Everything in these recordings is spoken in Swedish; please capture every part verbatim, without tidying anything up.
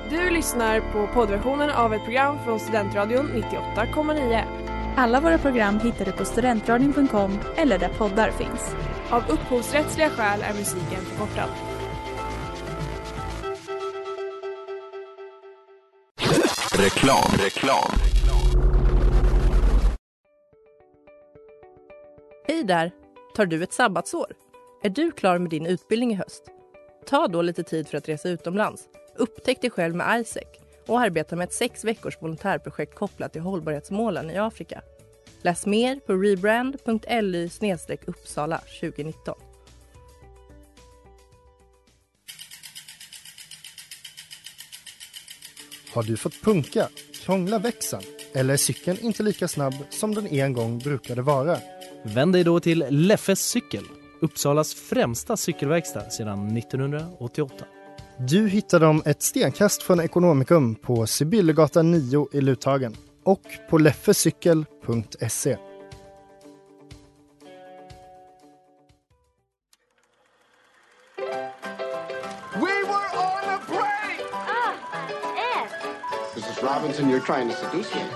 Du lyssnar på poddversionen av ett program från Studentradion nittioåtta komma nio. Alla våra program hittar du på studentradion punkt com eller där poddar finns. Av upphovsrättsliga skäl är musiken förkortad. Reklam, reklam. Hej där! Tar du ett sabbatsår? Är du klar med din utbildning i höst? Ta då lite tid för att resa utomlands. Upptäck dig själv med Isaac och arbeta med ett sex veckors volontärprojekt kopplat till hållbarhetsmålen i Afrika. Läs mer på rebrand punkt l y slash uppsala tjugonitton. Har du fått punka, krångla växeln eller är cykeln inte lika snabb som den en gång brukade vara? Vänd dig då till Leffes cykel, Uppsalas främsta cykelverkstad sedan nittonhundraåttioåtta. Du hittar dem ett stenkast från Ekonomikum på Sibyllegatan nio i Luthagen och på leffecykel punkt se. Missus Robinson, you're trying to seduce me.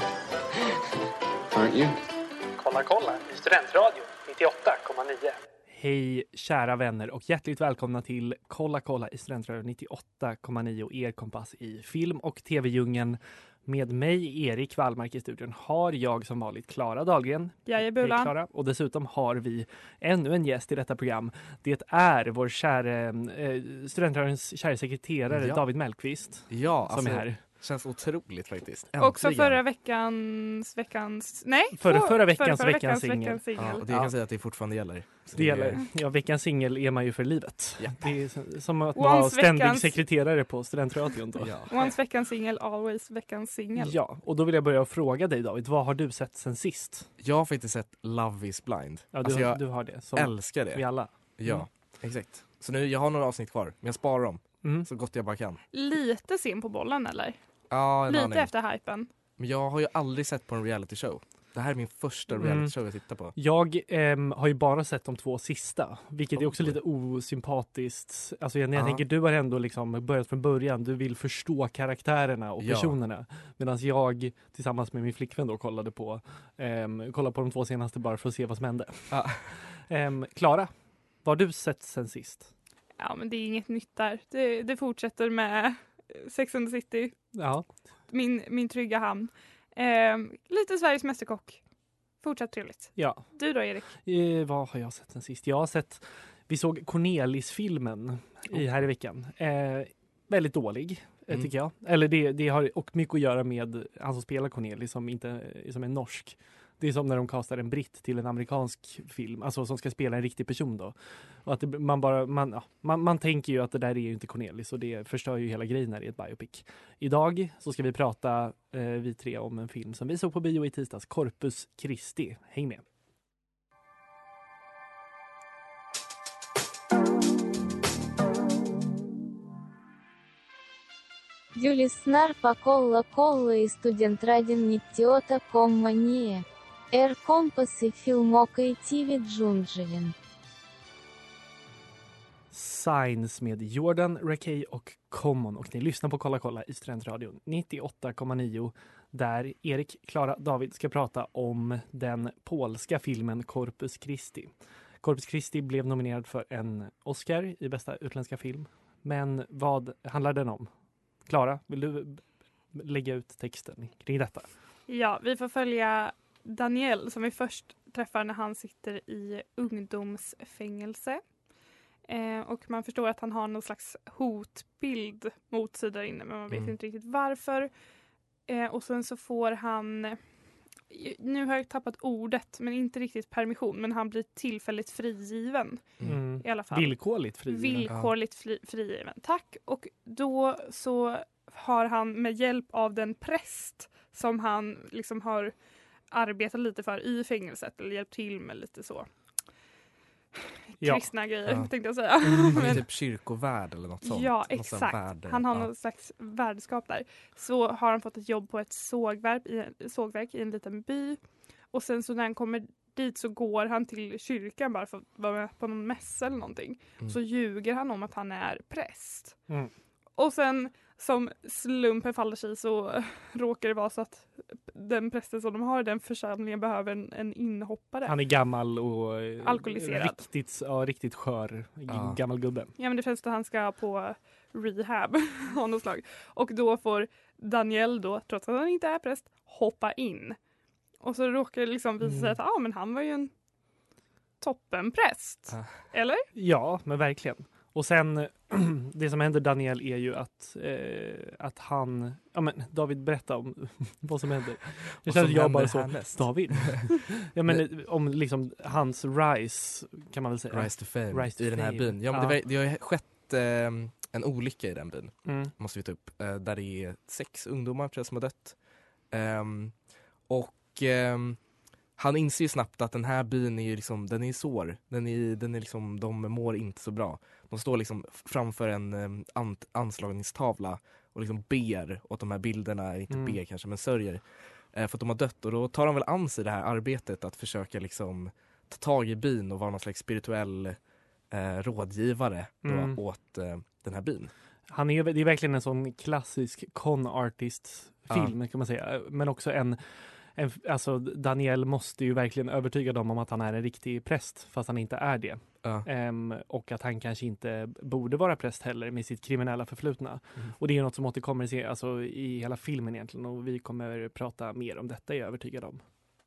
Aren't you? Kolla, kolla i Studentradion nittioåtta komma nio. Hej kära vänner och hjärtligt välkomna till Kolla, kolla i Studentradion nittioåtta komma nio, er kompass i film- och tv-djungeln. Med mig, Erik Wallmark, i studion har jag som vanligt Klara Dahlgren. Jag är Bulan. Klara. Och dessutom har vi ännu en gäst i detta program. Det är vår kära eh, Studentradions kära sekreterare ja. David Mellqvist. Ja, som alltså, är här. Känns otroligt faktiskt. Äntligen. Också förra veckans veckans nej, förra, förra veckans förra, förra veckans singel. Ja, och det kan ja. säga att det fortfarande gäller. Så det gäller. Ja, veckans singel är man ju för livet. Ja. Det är som att vara ständig veckans... sekreterare på Studentradion då. Ja. Once veckans singel, always veckans singel. Ja, och då vill jag börja fråga dig David, vad har du sett sen sist? Jag har faktiskt sett Love is blind. Ja, du, alltså, jag du har det. Som älskar det. Vi alla. Ja, mm. exakt. Så nu, jag har några avsnitt kvar, men jag sparar dem. Mm. Så gott jag bara kan. Lite sen på bollen eller? Ja, lite aning. efter hypen. Men jag har ju aldrig sett på en reality show. Det här är min första Mm. reality show jag tittar på. Jag äm, har ju bara sett de två sista, vilket oh, är också lite osympatiskt. Alltså jag, jag tänker, du har ändå liksom börjat från början. Du vill förstå karaktärerna och personerna. Ja. Medan jag tillsammans med min flickvän då kollade på, äm, kollade på de två senaste bara för att se vad som hände. Ja. äm, Klara, vad har du sett sen sist? Ja, men det är inget nytt där. Det, det fortsätter med Sex and the City. Ja. Min, min trygga hamn. Eh, lite Sveriges mästerkock. Fortsatt trevligt. Ja. Du då, Erik? Eh, vad har jag sett sen sist? Jag har sett, vi såg Cornelis-filmen oh. i, här i veckan. Eh, väldigt dålig, mm. tycker jag. Eller det, det har och mycket att göra med han som spelar Cornelis som, inte, som är norsk. Det är som när de kastar en britt till en amerikansk film, alltså som ska spela en riktig person då. Och att det, man bara man, ja, man, man tänker ju att det där är ju inte Cornelis och det förstör ju hela grejen när det är ett biopic. Idag så ska vi prata eh, vi tre om en film som vi såg på bio i tisdags, Corpus Christi. Häng med. Du lyssnar på Kolla kolla i Studentradion nittioåtta komma nio. Er kompass i film- och tv-djungeln. Signs med Jordan, Rakey och Common. Och ni lyssnar på Kolla kolla i Studentradion nittioåtta komma nio. Där Erik, Klara, David ska prata om den polska filmen Corpus Christi. Corpus Christi blev nominerad för en Oscar i bästa utländska film. Men vad handlar den om? Klara, vill du lägga ut texten kring detta? Ja, vi får följa Daniel som vi först träffar när han sitter i ungdomsfängelse. Eh, och man förstår att han har någon slags hotbild mot sig där inne, men man vet mm. inte riktigt varför. Eh, och sen så får han, nu har jag tappat ordet, men inte riktigt permission, men han blir tillfälligt frigiven. Mm. I alla fall. Villkorligt frigiven. Villkorligt fri, frigiven, tack. Och då så har han med hjälp av den präst som han liksom har arbetat lite för i fängelset, eller hjälpt till med lite så kristna ja. grejer, ja. tänkte jag säga. Mm, men, typ kyrkovärd eller något sånt. Ja, exakt. Värde. Han har ja. någon slags värdskap där. Så har han fått ett jobb på ett sågverk i, sågverk i en liten by. Och sen så när han kommer dit så går han till kyrkan bara för att vara med på någon mässa eller någonting. Mm. Så ljuger han om att han är präst. Mm. Och sen som slumpen faller sig så råkar det vara så att den prästen som de har i den församlingen behöver en, en inhoppare. Han är gammal och eh, Alkoholiserad. Riktigt, ja, riktigt skör Ja. gammal gubbe. Ja, men det känns att han ska på rehab av något slag. Och då får Daniel då, trots att han inte är präst, hoppa in. Och så råkar det liksom visa sig Mm. att ah, men han var ju en toppenpräst. Ah. Eller? Ja, men verkligen. Och sen, det som händer Daniel är ju att, eh, att han... Ja, men David, berätta om vad som händer. Jag känner att jag bara så... Härnäst. David? ja, men om liksom hans rise, kan man väl säga. Rise to fame Rise to i den här fame. byn. Ja, men Ja. Det, var, det har ju skett eh, en olycka i den byn. Mm. Måste vi ta upp. Eh, där det är sex ungdomar tror jag, som har dött. Ehm, och ehm, han inser ju snabbt att den här byn är ju liksom, den är sår. Den är, den är liksom, de mår inte så bra. De står liksom framför en um, an, anslagningstavla och liksom ber åt de här bilderna, inte Mm. ber kanske, men sörjer eh, för att de har dött. Och då tar de väl an sig det här arbetet att försöka liksom ta tag i byn och vara någon slags spirituell eh, rådgivare då, Mm. åt eh, den här byn. Han är, det är verkligen en sån klassisk con artist film kan man säga. Men också en, en... Alltså Daniel måste ju verkligen övertyga dem om att han är en riktig präst fast han inte är det. Ja. Ehm, och att han kanske inte borde vara präst heller med sitt kriminella förflutna. Mm. Och det är något som återkommer i, se- alltså, i hela filmen egentligen. Och vi kommer prata mer om detta, är jag övertygad om.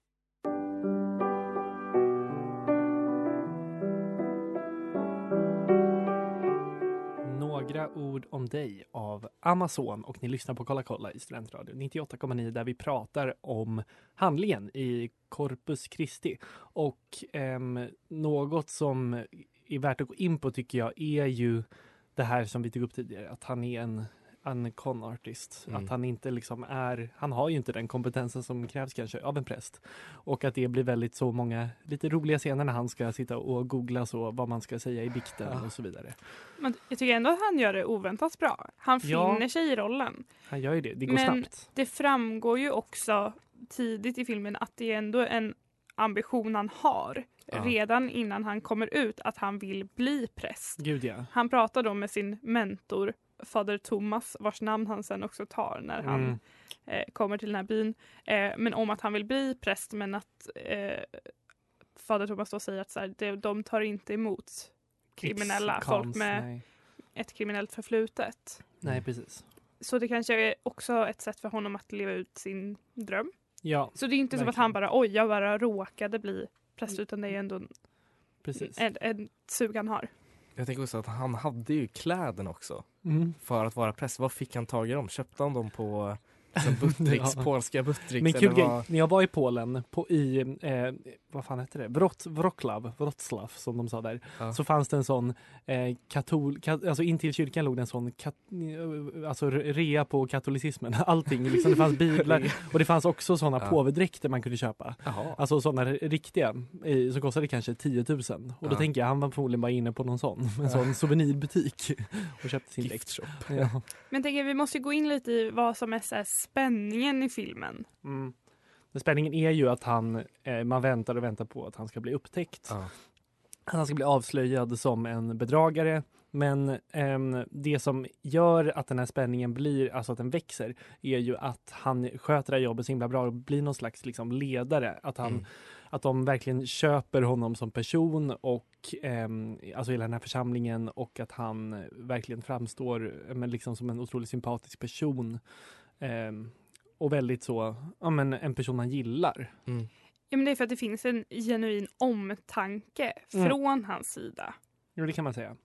Några ord om dig av Amazon, och ni lyssnar på Kolla kolla i Studentradio nittioåtta komma nio där vi pratar om handlingen i Corpus Christi. Och ehm, något som är värt att gå in på tycker jag är ju det här som vi tog upp tidigare, att han är en, en con artist. Mm. Att han inte liksom är, han har ju inte den kompetensen som krävs kanske av en präst. Och att det blir väldigt så många lite roliga scener när han ska sitta och googla så vad man ska säga i bikten Ja. och så vidare. Men jag tycker ändå att han gör det oväntat bra. Han Ja. finner sig i rollen. Han gör ju det, det går Men snabbt. det framgår ju också tidigt i filmen att det är ändå en ambition han har. Ja. Redan innan han kommer ut att han vill bli präst. Gud ja. Han pratar då med sin mentor Fader Thomas, vars namn han sen också tar när han Mm. eh, kommer till den här byn. Eh, men om att han vill bli präst, men att eh, Fader Thomas då säger att så här, de, de tar inte emot kriminella Ex- folk cons, med Nej. ett kriminellt förflutet. nej, precis. Så det kanske är också ett sätt för honom att leva ut sin dröm. Ja, Så det är inte som att verkligen. han bara, oj, jag bara råkade bli präst, utan det är ändå precis. en, en sug han har. Jag tänker också att han hade ju kläderna också Mm. för att vara präst. Vad fick han tag i dem? Köpte han dem på liksom, Buttricks, Ja. polska Buttricks? Men kul eller vad? grej, när jag var i Polen på, i, eh, vad fan heter det? Wrot, Wroclaw, Wroclaw som de sa där. Ja. Så fanns det en sån eh, katol, kat, alltså in till kyrkan låg det en sån kat, eh, alltså rea på katolicismen. Allting, liksom, det fanns biblar och det fanns också såna Ja. påvedräkter man kunde köpa. Jaha. Alltså sådana riktiga, eh, som kostade kanske tio tusen. Och då Ja. tänker jag, han var förmodligen bara inne på någon sån, en sån souvenirbutik och köpte sin dräkt. Gift shop. Ja. Men jag tänker, vi måste ju gå in lite i vad som är så här spänningen i filmen. Mm. Men spänningen är ju att han, eh, man väntar och väntar på att han ska bli upptäckt. Ja. Han ska bli avslöjad som en bedragare. Men ehm, det som gör att den här spänningen blir, alltså att den växer, är ju att han sköter det här jobbet så himla bra och blir någon slags liksom, ledare. Att, han, Mm. att de verkligen köper honom som person och ehm, alltså hela den här församlingen, och att han verkligen framstår eh, men liksom som en otroligt sympatisk person. Ehm, och väldigt så, ja men en person man gillar. Mm. Ja, men det är för att det finns en genuin omtanke Mm. från hans sida, Jo, det kan man säga.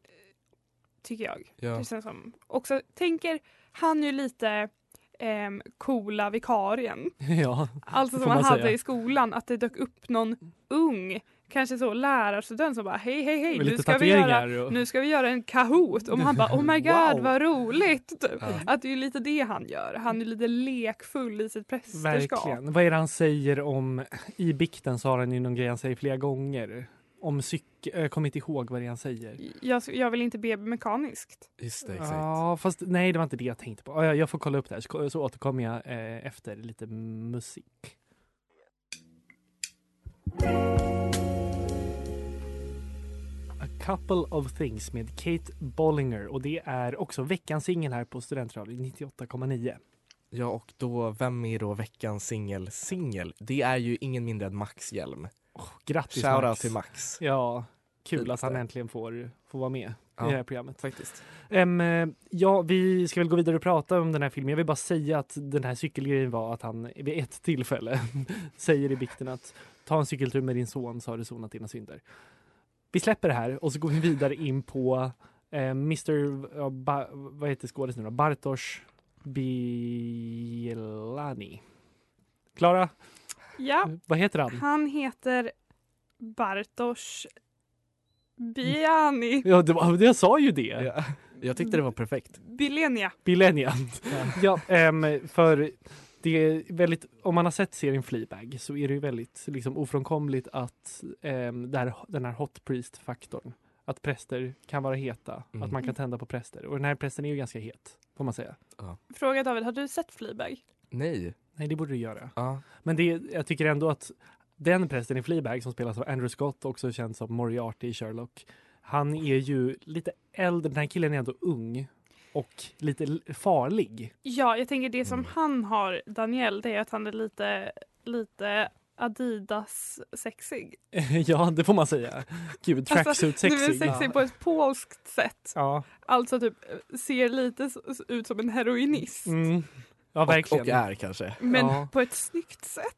tycker jag. Ja. Det känns som. Också tänker, han är ju lite ehm, coola vikarien. Ja, Alltså det som får man man hade säga. i skolan, att det dök upp någon ung, kanske så lärarstudent som bara hej hej hej, med nu lite ska, vi göra, tatueringar. Och... nu ska vi göra en Kahoot. Och man bara oh my god, Wow. vad roligt. Typ. Ja. Att det är ju lite det han gör. Han är lite lekfull i sitt prästerskap. Verkligen. Vad är det han säger om, i bikten så har han ju någon grej han säger flera gånger. Om cykel, jag kommer inte ihåg vad det är han säger. Jag, jag vill inte be mekaniskt. Just det, exakt. Ja, fast nej, det var inte det jag tänkte på. Ja, jag- jag får kolla upp det här, så, så återkommer jag eh, efter lite musik. A Couple of Things med Kate Bollinger. Och det är också veckans singel här på Studentradion nittioåtta komma nio. Ja, och då, vem är då veckans singel? Singel, det är ju ingen mindre än Max Hjelm. Oh, grattis Shoutout Max. till Max. Ja, kul Lite. att han äntligen får, får vara med Ja, i det här programmet. Faktiskt. Um, ja, vi ska väl gå vidare och prata om den här filmen. Jag vill bara säga att den här cykelgrejen var att han vid ett tillfälle säger i bikten att ta en cykeltur med din son så har du sonat dina synder. Vi släpper det här och så går vi vidare in på eh, mister Uh, ba, vad heter skådespelaren nu då? Bartosz Bielani. Klara, Ja, vad heter han? han heter Bartosz Biani. Ja, det var, jag sa ju det. Ja. Jag tyckte det var perfekt. Bilenia. Bilenia. Ja, um, för det är väldigt, om man har sett serien Fleabag så är det ju väldigt liksom, ofrånkomligt att um, det här, den här hot priest-faktorn, att präster kan vara heta, Mm. att man kan tända på präster. Och den här prästen är ju ganska het, får man säga. Ja. Fråga David, har du sett Fleabag? Nej. Nej, det borde du göra. Ja. Men det, jag tycker ändå att den prästen i Fleabag som spelas av Andrew Scott, också känd som Moriarty i Sherlock, han är ju lite äldre, den här killen är ändå ung och lite l- farlig. Ja, jag tänker det som Mm. han har, Daniel, det är att han är lite, lite Adidas-sexig. Ja, det får man säga. Gud, tracksuit Du är sexy. sexig på ett polskt sätt. Ja. Alltså typ ser lite s- ut som en heroinist. Mm. Ja, Och, verkligen. och är kanske. Men Ja. på ett snyggt sätt.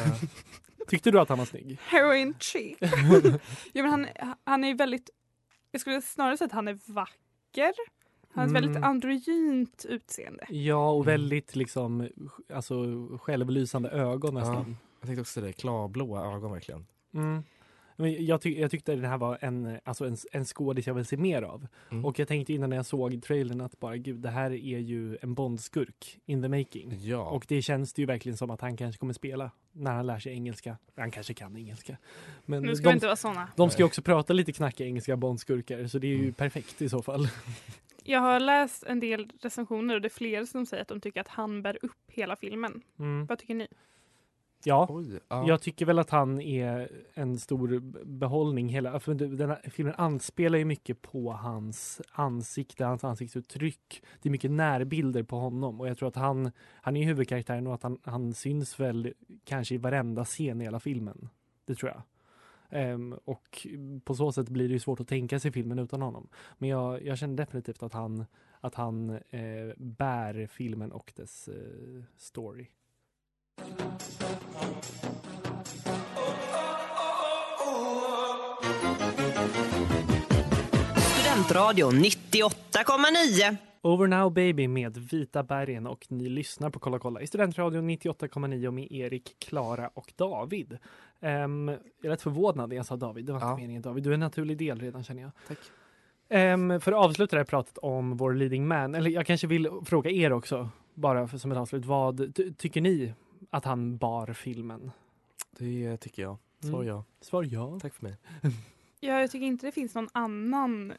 Tyckte du att han var snygg? Heroin chic. Ja, men han, han är ju väldigt, jag skulle snarare säga att han är vacker. Han har ett Mm. väldigt androgynt utseende. Ja, och väldigt liksom alltså självlysande ögon nästan. Jag tänkte också det, klarblåa ögon verkligen. Mm. Men jag, tyck, jag tyckte det här var en, alltså en, en skådis jag vill se mer av. Mm. Och jag tänkte innan jag såg trailern att bara gud, det här är ju en Bondskurk in the making. Ja. Och det känns det ju verkligen som att han kanske kommer spela när han lär sig engelska. Han kanske kan engelska. Men Nu ska de, vi inte vara såna. de ska ju också prata lite knackiga engelska Bondskurkar, så det är ju Mm. perfekt i så fall. Jag har läst en del recensioner och det är fler som säger att de tycker att han bär upp hela filmen. Mm. Vad tycker ni? Ja. Oj, ja. Jag tycker väl att han är en stor behållning. Hela, för den här filmen anspelar ju mycket på hans ansikte, hans ansiktsuttryck. Det är mycket närbilder på honom och jag tror att han, han är huvudkaraktären och att han, han syns väl kanske i varenda scen i hela filmen. Det tror jag. Um, och på så sätt blir det ju svårt att tänka sig filmen utan honom. Men jag, jag känner definitivt att han, att han eh, bär filmen och dess eh, story. Studentradion nittioåtta komma nio. Over Now Baby med Vita bergen och ni lyssnar på Kolla kolla i Studentradion nittioåtta komma nio med Erik, Klara och David. Um, jag är rätt förvånad när jag sa David, det var inte Ja. meningen David. Du är en naturlig del redan känner jag. Tack. Um, för att avsluta det här pratet om vår leading man, eller jag kanske vill fråga er också, bara för, som ett avslut, vad ty- tycker ni att han bar filmen? Det tycker jag. Svar Mm. ja. Svar ja. Tack för mig. Ja, jag tycker inte det finns någon annan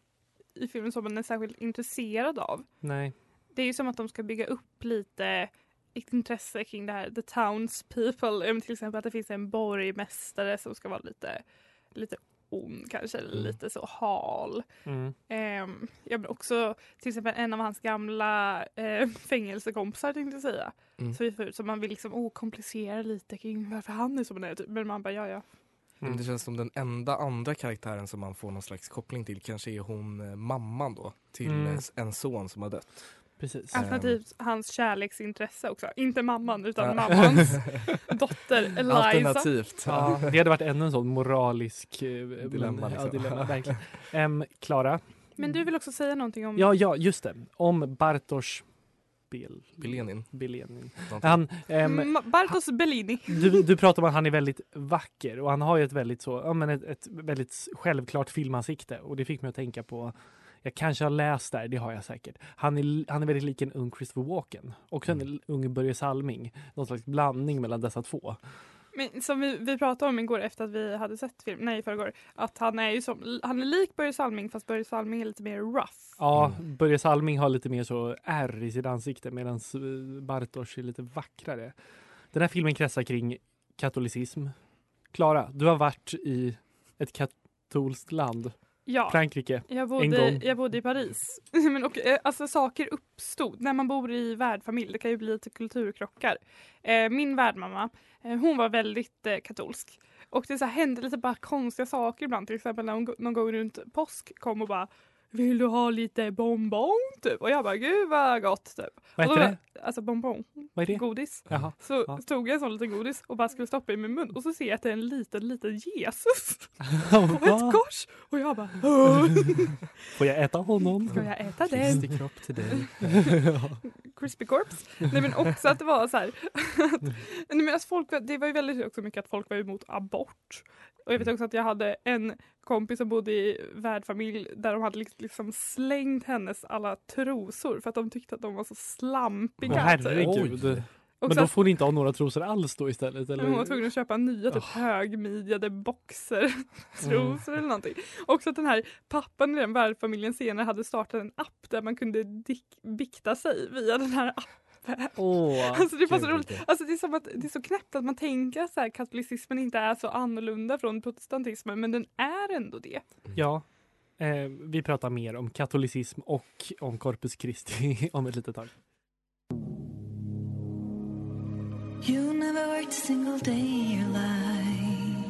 i filmen som man är särskilt intresserad av. Nej. Det är ju som att de ska bygga upp lite ett intresse kring det här, the townspeople. Till exempel att det finns en borgmästare som ska vara lite, lite ond kanske, eller Mm. lite så hal. Mm. Um, ja, men också till exempel en av hans gamla eh, fängelsekompisar tänkte jag säga. Mm. Så, vi får, så man vill liksom oh, komplicera lite kring varför han är som han är. Typ. Men man bara ja ja. Men Mm. det känns som den enda andra karaktären som man får någon slags koppling till kanske är hon eh, mamman då till Mm. eh, en son som har dött. Precis. Alternativt hans kärleksintresse också. Inte mamman utan Ja. mammans dotter Eliza. Alternativt. Ja, det hade varit ännu en sån moralisk eh, Dilemma, men, liksom. ja, dilemma verkligen. Um, Klara? Men du vill också säga någonting om... Ja, ja, just det. Om Bartosz Bil... Bilenin. Bilenin. Någonting. Han, ehm, Mm, Bartosz Bellini. du, du pratar om att han är väldigt vacker och han har ju ett väldigt så, ja, men ett, ett väldigt självklart filmansikte och det fick mig att tänka på, jag kanske har läst där, det har jag säkert. Han är, han är väldigt lik en ung Christopher Walken. Också en Mm. ung Börje Salming. Någon slags blandning mellan dessa två. Men som vi, vi pratade om igår efter att vi hade sett film, nej förrgår, att han är ju som, han är lik Börje Salming fast Börje Salming är lite mer rough. Ja, Mm. Börje Salming har lite mer så ärr i sitt ansikte medan Bartosz är lite vackrare. Den här filmen kretsar kring katolicism. Klara, du har varit i ett katolskt land. Ja, Frankrike. Jag En bodde, gång. jag bodde i Paris. Men och, eh, alltså, saker uppstod. När man bor i värdfamilj, det kan ju bli lite kulturkrockar. Eh, min värdmamma, eh, hon var väldigt eh, katolsk. Och det så här, hände lite bara konstiga saker ibland. Till exempel när hon någon gång runt påsk kom och bara, vill du ha lite bonbon typ? Och jag bara, gud vad gott typ. Vad Och då, heter det? Alltså bonbon. Vad är det? Godis. Jaha. Så Ja. tog jag en sån liten godis och bara skulle stoppa i min mun. Och så ser jag att det är en liten, liten Jesus Va? på ett kors. Och jag bara, Får jag äta honom? ska jag äta den? Kristi kropp till dig. Crispy Corpse. Nej men också att det var så här. Nej, men alltså folk, det var ju väldigt också mycket att folk var emot abort. Och jag vet också att jag hade en kompis som bodde i värdfamilj där de hade liksom slängt hennes alla trosor för att de tyckte att de var så slampiga. Åh, herregud. Oj. Och Men så då att- får ni inte ha några trosor alls då istället? Eller? Hon var tvungen att köpa nya typ högmidjade boxer trosor eller någonting. Också att den här pappan i den värdfamiljen senare hade startat en app där man kunde dick- bikta sig via den här appen. Åh, Alltså det var så gud. roligt. Alltså det är som att det är så knäppt att man tänker att så här, katolicismen inte är så annorlunda från protestantismen, men den är ändå det. Ja, eh, vi pratar mer om katolicism och om Corpus Christi om ett litet tag. You never worked a single day in your life.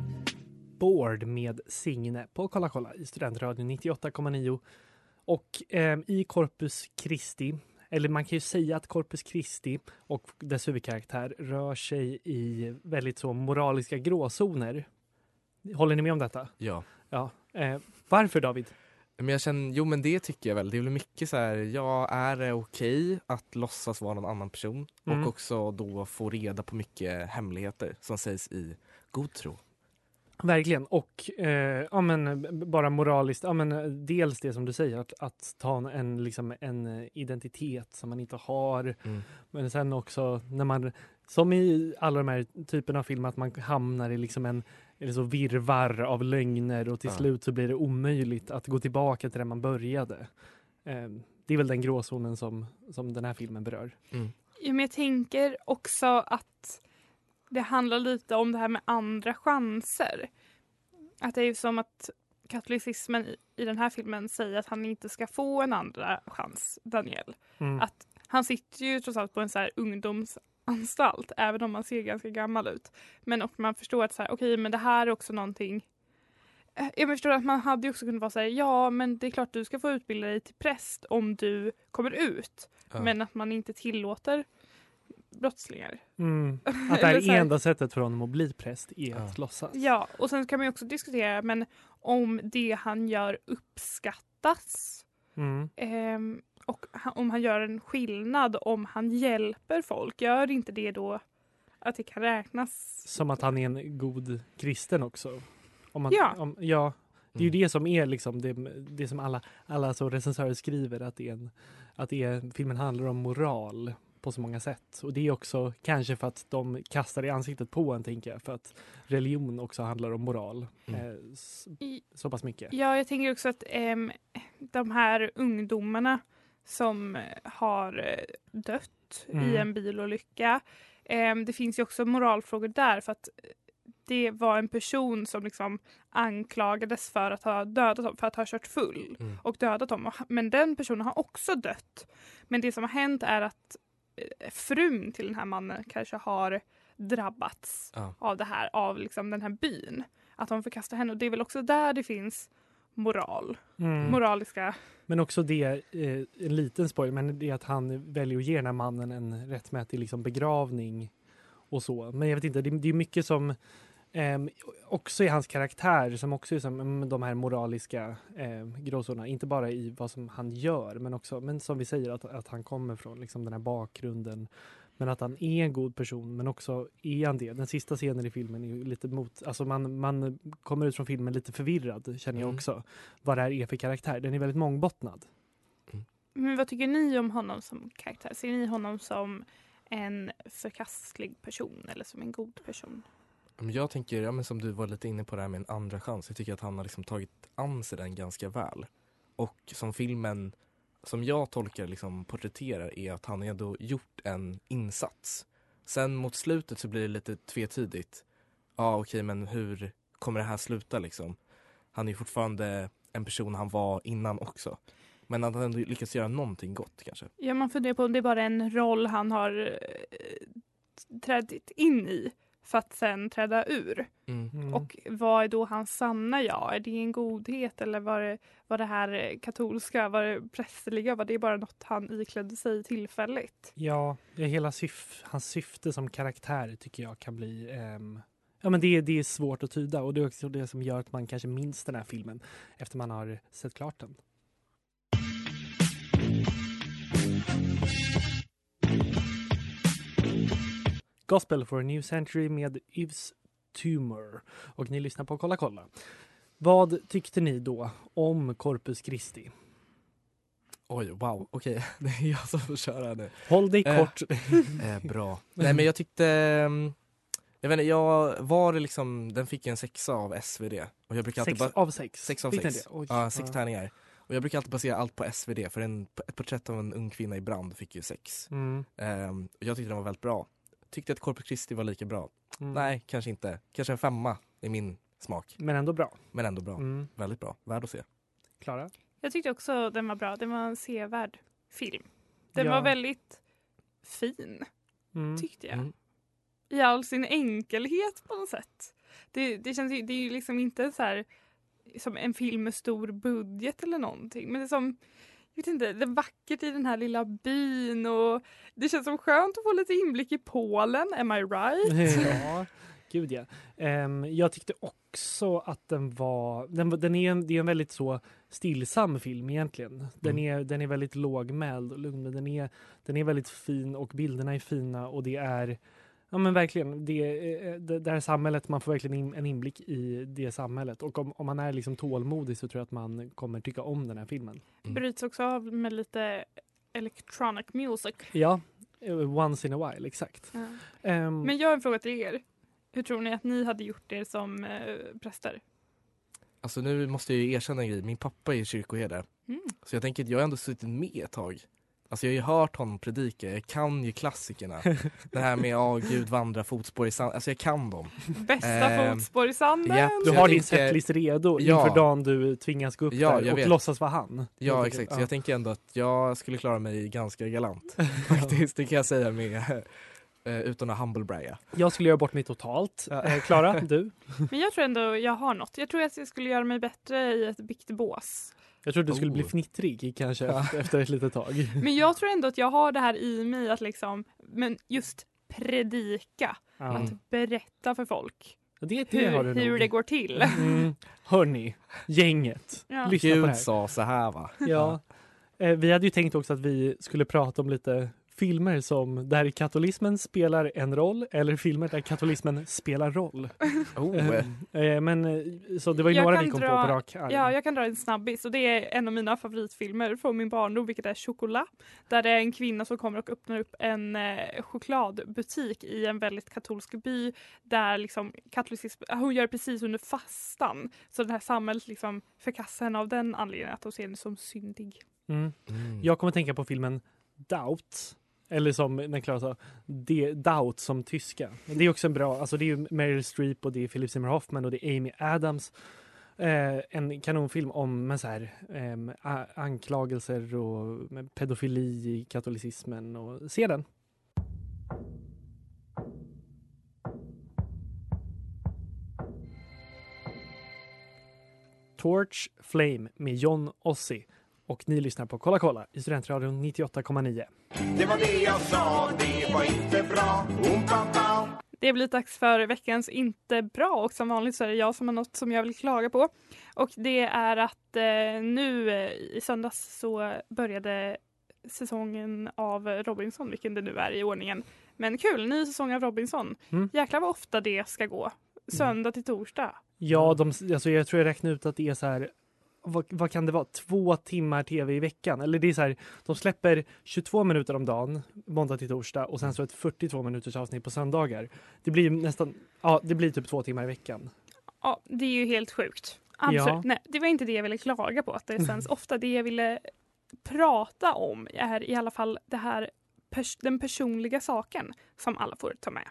Bored med Signe på Kolla kolla i Studentradion nittioåtta komma nio. Och eh, i Corpus Christi, eller man kan ju säga att Corpus Christi och dess huvudkaraktär rör sig i väldigt så moraliska gråzoner. Håller ni med om detta? Ja. Ja. Eh, varför David? Men jag känner, jo men det tycker jag väl. Det är väl mycket så här, ja, är det okej att låtsas vara någon annan person? Mm. Och också då få reda på mycket hemligheter som sägs i god tro. Verkligen. Och eh, ja, men, b- bara moraliskt, ja, men, dels det som du säger, att, att ta en, liksom, en identitet som man inte har. Mm. Men sen också när man, som i alla de här typerna av filmer, att man hamnar i liksom en eller så virvar av lögner och till Ja. slut så blir det omöjligt att gå tillbaka till där man började. Eh, det är väl den gråzonen som, som den här filmen berör. Mm. Ja, men jag tänker också att det handlar lite om det här med andra chanser. Att det är ju som att katolicismen i, i den här filmen säger att han inte ska få en andra chans, Daniel. Mm. Att han sitter ju trots allt på en så här ungdomsanstalt, även om man ser ganska gammal ut. Men och man förstår att så här, okej, men det här är också någonting. Eh, Jag förstår att man hade ju också kunnat vara så här, ja, men det är klart du ska få utbilda dig till präst om du kommer ut. Ja. Men att man inte tillåter brottslingar. Mm. Att det här Eller så här- enda sättet för honom att bli präst är att Ja. låtsas. Ja, och sen kan man ju också diskutera, men om det han gör uppskattas Mm. ehm, och han, om han gör en skillnad, om han hjälper folk, gör inte det då att det kan räknas? Som att han är en god kristen också. Om man, Ja. Om, ja. Det är ju Mm. det som är liksom det, det som alla, alla så recensörer skriver, att, det är en, att det är, filmen handlar om moral på så många sätt. Och det är också kanske för att de kastar i ansiktet på en, tänker jag. För att religion också handlar om moral. Mm. Eh, s, I- så pass mycket. Ja, jag tänker också att ehm, de här ungdomarna som eh, har eh, dött Mm. i en bilolycka, ehm, det finns ju också moralfrågor där, för att det var en person som liksom anklagades för att ha dödat dem, för att ha kört full Mm. och dödat dem. Och- Men den personen har också dött. Men det som har hänt är att eh, frun till den här mannen kanske har drabbats Ja. av det här, av liksom den här byn. Att de förkastar henne. Och det är väl också där det finns moral. Mm. Moraliska. Men också det, eh, en liten spoiler, men det är att han väljer att ge den här mannen en rättmätig liksom begravning och så. Men jag vet inte, det, det är mycket som eh, också i hans karaktär, som också är som mm, de här moraliska eh, gråzonerna. Inte bara i vad som han gör, men också, men som vi säger, att, att han kommer från liksom den här bakgrunden. Men att han är en god person, men också är han det. Den sista scenen i filmen är ju lite mot... Alltså man, man kommer ut från filmen lite förvirrad, känner jag Mm. också. Vad det här är för karaktär. Den är väldigt mångbottnad. Men vad tycker ni om honom som karaktär? Ser ni honom som en förkastlig person eller som en god person? Men jag tänker, ja, men som du var lite inne på det här med en andra chans. Jag tycker att han har liksom tagit an sig den ganska väl. Och som filmen, som jag tolkar liksom porträtterar, är att han ändå gjort en insats. Sen mot slutet så blir det lite tvetydigt. Ja okej, men hur kommer det här sluta liksom? Han är ju fortfarande en person han var innan också. Men att han ändå lyckas göra någonting gott kanske. Ja, man funderar på om det är bara en roll han har eh, trätt in i för att sen träda ur. Mm. Mm. Och vad är då hans sanna jag? Är det en godhet eller var det, var det här katolska, var det prästerliga? Var det bara något han iklädde sig tillfälligt? Ja, hela syf- hans syfte som karaktär tycker jag kan bli... ehm, ja, men det, det är svårt att tyda och det är också det som gör att man kanske minns den här filmen efter man har sett klart den. Gospel for a New Century med Yves Tumor. Och ni lyssnar på Kolla kolla. Vad tyckte ni då om Corpus Christi? Oj, wow, okej. Okay. Det är jag som får köra nu. Håll dig kort. Eh, eh, bra. Nej, men jag tyckte... um, Jag vet inte, jag var det liksom... Den fick en sexa av S V D. Och jag brukar alltid Sex ba- av sex? Sex av Fick den sex. det? Oj. Ja, sex Ja. tärningar. Och jag brukar alltid basera allt på S V D. För en, ett porträtt av en ung kvinna i brand fick ju sex. Mm. Um, jag tyckte den var väldigt bra. Tyckte att Corpus Christi var lika bra. Mm. Nej, kanske inte. Kanske en femma i min smak. Men ändå bra. Men ändå bra. Mm. Väldigt bra. Värd att se. Klara? Jag tyckte också den var bra. Det var en sevärd film. Den Ja. var väldigt fin, Mm. tyckte jag. Mm. I all sin enkelhet på något sätt. Det, det, känns, ju- det är ju liksom inte så här som en film med stor budget eller någonting. Men det är som, jag vet inte, det är vackert i den här lilla byn och det känns som skönt att få lite inblick i Polen. Am I right? Ja, gud ja. Ehm, jag tyckte också att den var... Den, var- den är en, det är en väldigt så stillsam film egentligen. Den, Mm. är, den är väldigt lågmäld och lugn, men den är, den är väldigt fin och bilderna är fina och det är... Ja men verkligen, det, är- det, det här samhället, man får verkligen in, en inblick i det samhället. Och om, om man är liksom tålmodig så tror jag att man kommer tycka om den här filmen. Mm. Bryts också av med lite electronic music. Ja, eh, once in a while, exakt. Ja. Ehm, Men jag har en fråga till er. Hur tror ni att ni hade gjort det som eh, präster? Alltså nu måste jag ju erkänna en grej. Min pappa är kyrkoherde. Mm. Så jag tänker att jag har ändå suttit med ett tag. Alltså jag har ju hört honom predika. Jag kan ju klassikerna. Det här med ja, Gud vandrar fotspår i sand. Alltså jag kan dem. Bästa Ehm, fotspår i sanden. ja, Du Så har jag din tänker- setlist redo Ja. inför dagen du tvingas gå upp Ja, där jag och vet. låtsas vara han. Ja, Helt exakt. enkelt. Så jag tänker ändå att jag skulle klara mig ganska galant. Faktiskt, det kan jag säga med eh, utan att humblebraya. Jag skulle göra bort mig totalt. Ja. Eh, Klara, du? Men jag tror ändå jag har något. Jag tror att jag skulle göra mig bättre i ett biktbås. Jag trodde du skulle Oh. bli fnittrig kanske Ja. efter, efter ett litet tag. Men jag tror ändå att jag har det här i mig att liksom, men just predika. Ja. Att berätta för folk Det, det har du hur, hur nog. det går till. Mm. Hörni, gänget. Ja. Lyssna på det Gud här. sa så här va? Ja. Eh, vi hade ju tänkt också att vi skulle prata om lite filmer som där katolismen spelar en roll eller filmer där katolismen spelar roll. Oh. Eh, eh, men eh, så det var ju Jag några kan vi kom dra- på på rak arm. Ja, jag kan dra en snabbis och det är en av mina favoritfilmer från min barndom, vilket är Chocolat. Där det är en kvinna som kommer och öppnar upp en eh, chokladbutik i en väldigt katolsk by där liksom katolicism, hon gör det precis under fastan. Så det här samhället liksom förkastar henne av den anledningen att hon ser henne som syndig. Mm. Mm. Jag kommer att tänka på filmen Doubt. Eller som när Klara sa, det, Doubt som tyska. Det är också en bra, alltså det är ju Meryl Streep och det är Philip Seymour Hoffman och det är Amy Adams. Eh, en kanonfilm om med så här, eh, a- anklagelser och med pedofili i katolicismen. Och, se den. Torch Flame med John Ossie. Och ni lyssnar på Kolla kolla i Studentradion nittioåtta komma nio. Det var det jag sa, det var inte bra. Oom-pa-pa. Det blir dags för veckans inte bra och som vanligt så är det jag som har något som jag vill klaga på. Och det är att eh, nu eh, i söndags så började säsongen av Robinson, vilken det nu är i ordningen. Men kul, ny säsong av Robinson. Mm. Jäklar vad ofta det ska gå. Söndag till torsdag. Ja, de, alltså jag tror jag räknar ut att det är så här, vad, vad kan det vara, två timmar tv i veckan? Eller det är så här, de släpper tjugotvå minuter om dagen, måndag till torsdag, och sen så ett fyrtiotvå minuters avsnitt på söndagar. Det blir nästan, ja, det blir typ två timmar i veckan. Ja, det är ju helt sjukt. Absolut. Ja. Nej, det var inte det jag ville klaga på. Att det sänds ofta. Det jag ville prata om är i alla fall det här pers- den personliga saken som alla får ta med.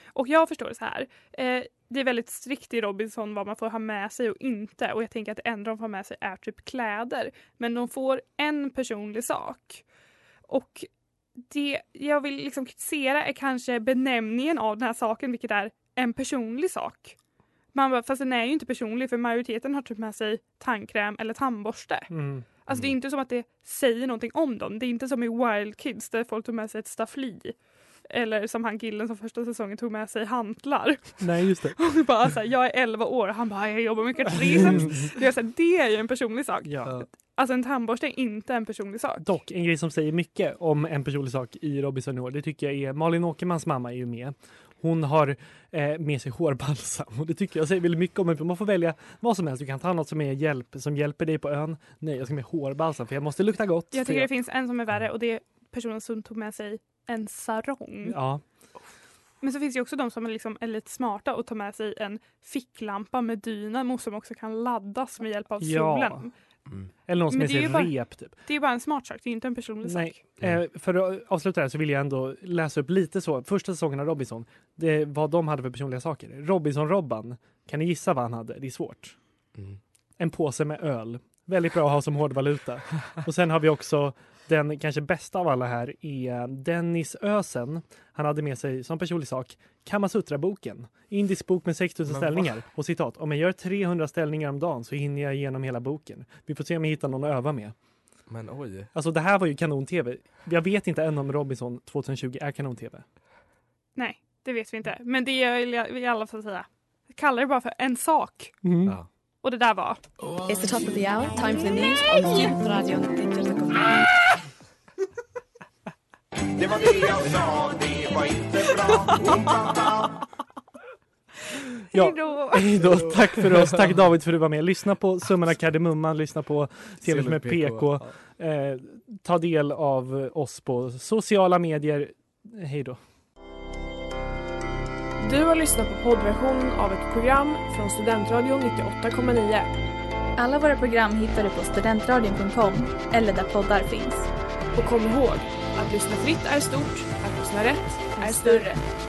Och jag förstår det så här. Eh, det är väldigt strikt i Robinson vad man får ha med sig och inte. Och jag tänker att det enda de får med sig är typ kläder. Men de får en personlig sak. Och det jag vill liksom kritisera är kanske benämningen av den här saken, vilket är en personlig sak. Man bara, fast den är ju inte personlig, för majoriteten har typ med sig tandkräm eller tandborste. Mm. Alltså det är inte som att det säger någonting om dem. Det är inte som i Wild Kids där folk tog med sig ett staffli. Eller som han killen som första säsongen tog med sig hantlar. Nej, just det. Och bara så här, jag är elva år. Han bara, jag jobbar mycket resor. Jag säger, det är ju en personlig sak. Ja. Alltså en tandborste är inte en personlig sak. Dock, en grej som säger mycket om en personlig sak i Robinson i år, det tycker jag är Malin Åkermans mamma är ju med. Hon har eh, med sig hårbalsam och det tycker jag säger väldigt mycket om. Man får välja vad som helst. Du kan ta något som är hjälp, som hjälper dig på ön. Nej, jag ska med hårbalsam för jag måste lukta gott. Jag tycker jag... det finns en som är värre och det är personen som tog med sig en sarong. Ja. Men så finns det också de som är, liksom, är lite smarta och tar med sig en ficklampa med dynamo som också kan laddas med hjälp av solen. Ja. Mm. Eller någon som är sig bara, rep typ. Det är bara en smart sak, det är inte en personlig Nej. sak. Mm. Eh, för att avsluta här så vill jag ändå läsa upp lite så. Första säsongen av Robinson, det, vad de hade för personliga saker. Robinson-Robban, kan ni gissa vad han hade? Det är svårt. Mm. En påse med öl. Väldigt bra att ha som hårdvaluta. Och sen har vi också den kanske bästa av alla här är Dennis Ösen. Han hade med sig som personlig sak Kamasutra-boken. Indisk bok med sex tusen ställningar. Va? Och citat, om jag gör trehundra ställningar om dagen så hinner jag igenom hela boken. Vi får se om jag hittar någon att öva med. Men oj. Alltså det här var ju kanon-tv. Jag vet inte än om Robinson tjugohundratjugo är kanon-tv. Nej, det vet vi inte. Men det vill jag i alla fall säga. Jag kallar det bara för en sak. Mm. Ja. Och det där var... It's the top of the hour. Time for the news on Studentradion. Det var det jag sa, det var inte bra. Ja, hejdå. hejdå. Tack för oss. Tack David för att du var med. Lyssna på Summan av Kardemumman, lyssna på T V som är P K. Eh, ta del av oss på sociala medier. Hejdå. Du har lyssnat på poddversion av ett program från Studentradion nittioåtta komma nio. Alla våra program hittar du på studentradion punkt com eller där poddar finns. Och kom ihåg, att lyssna fritt är stort, att lyssna rätt är större.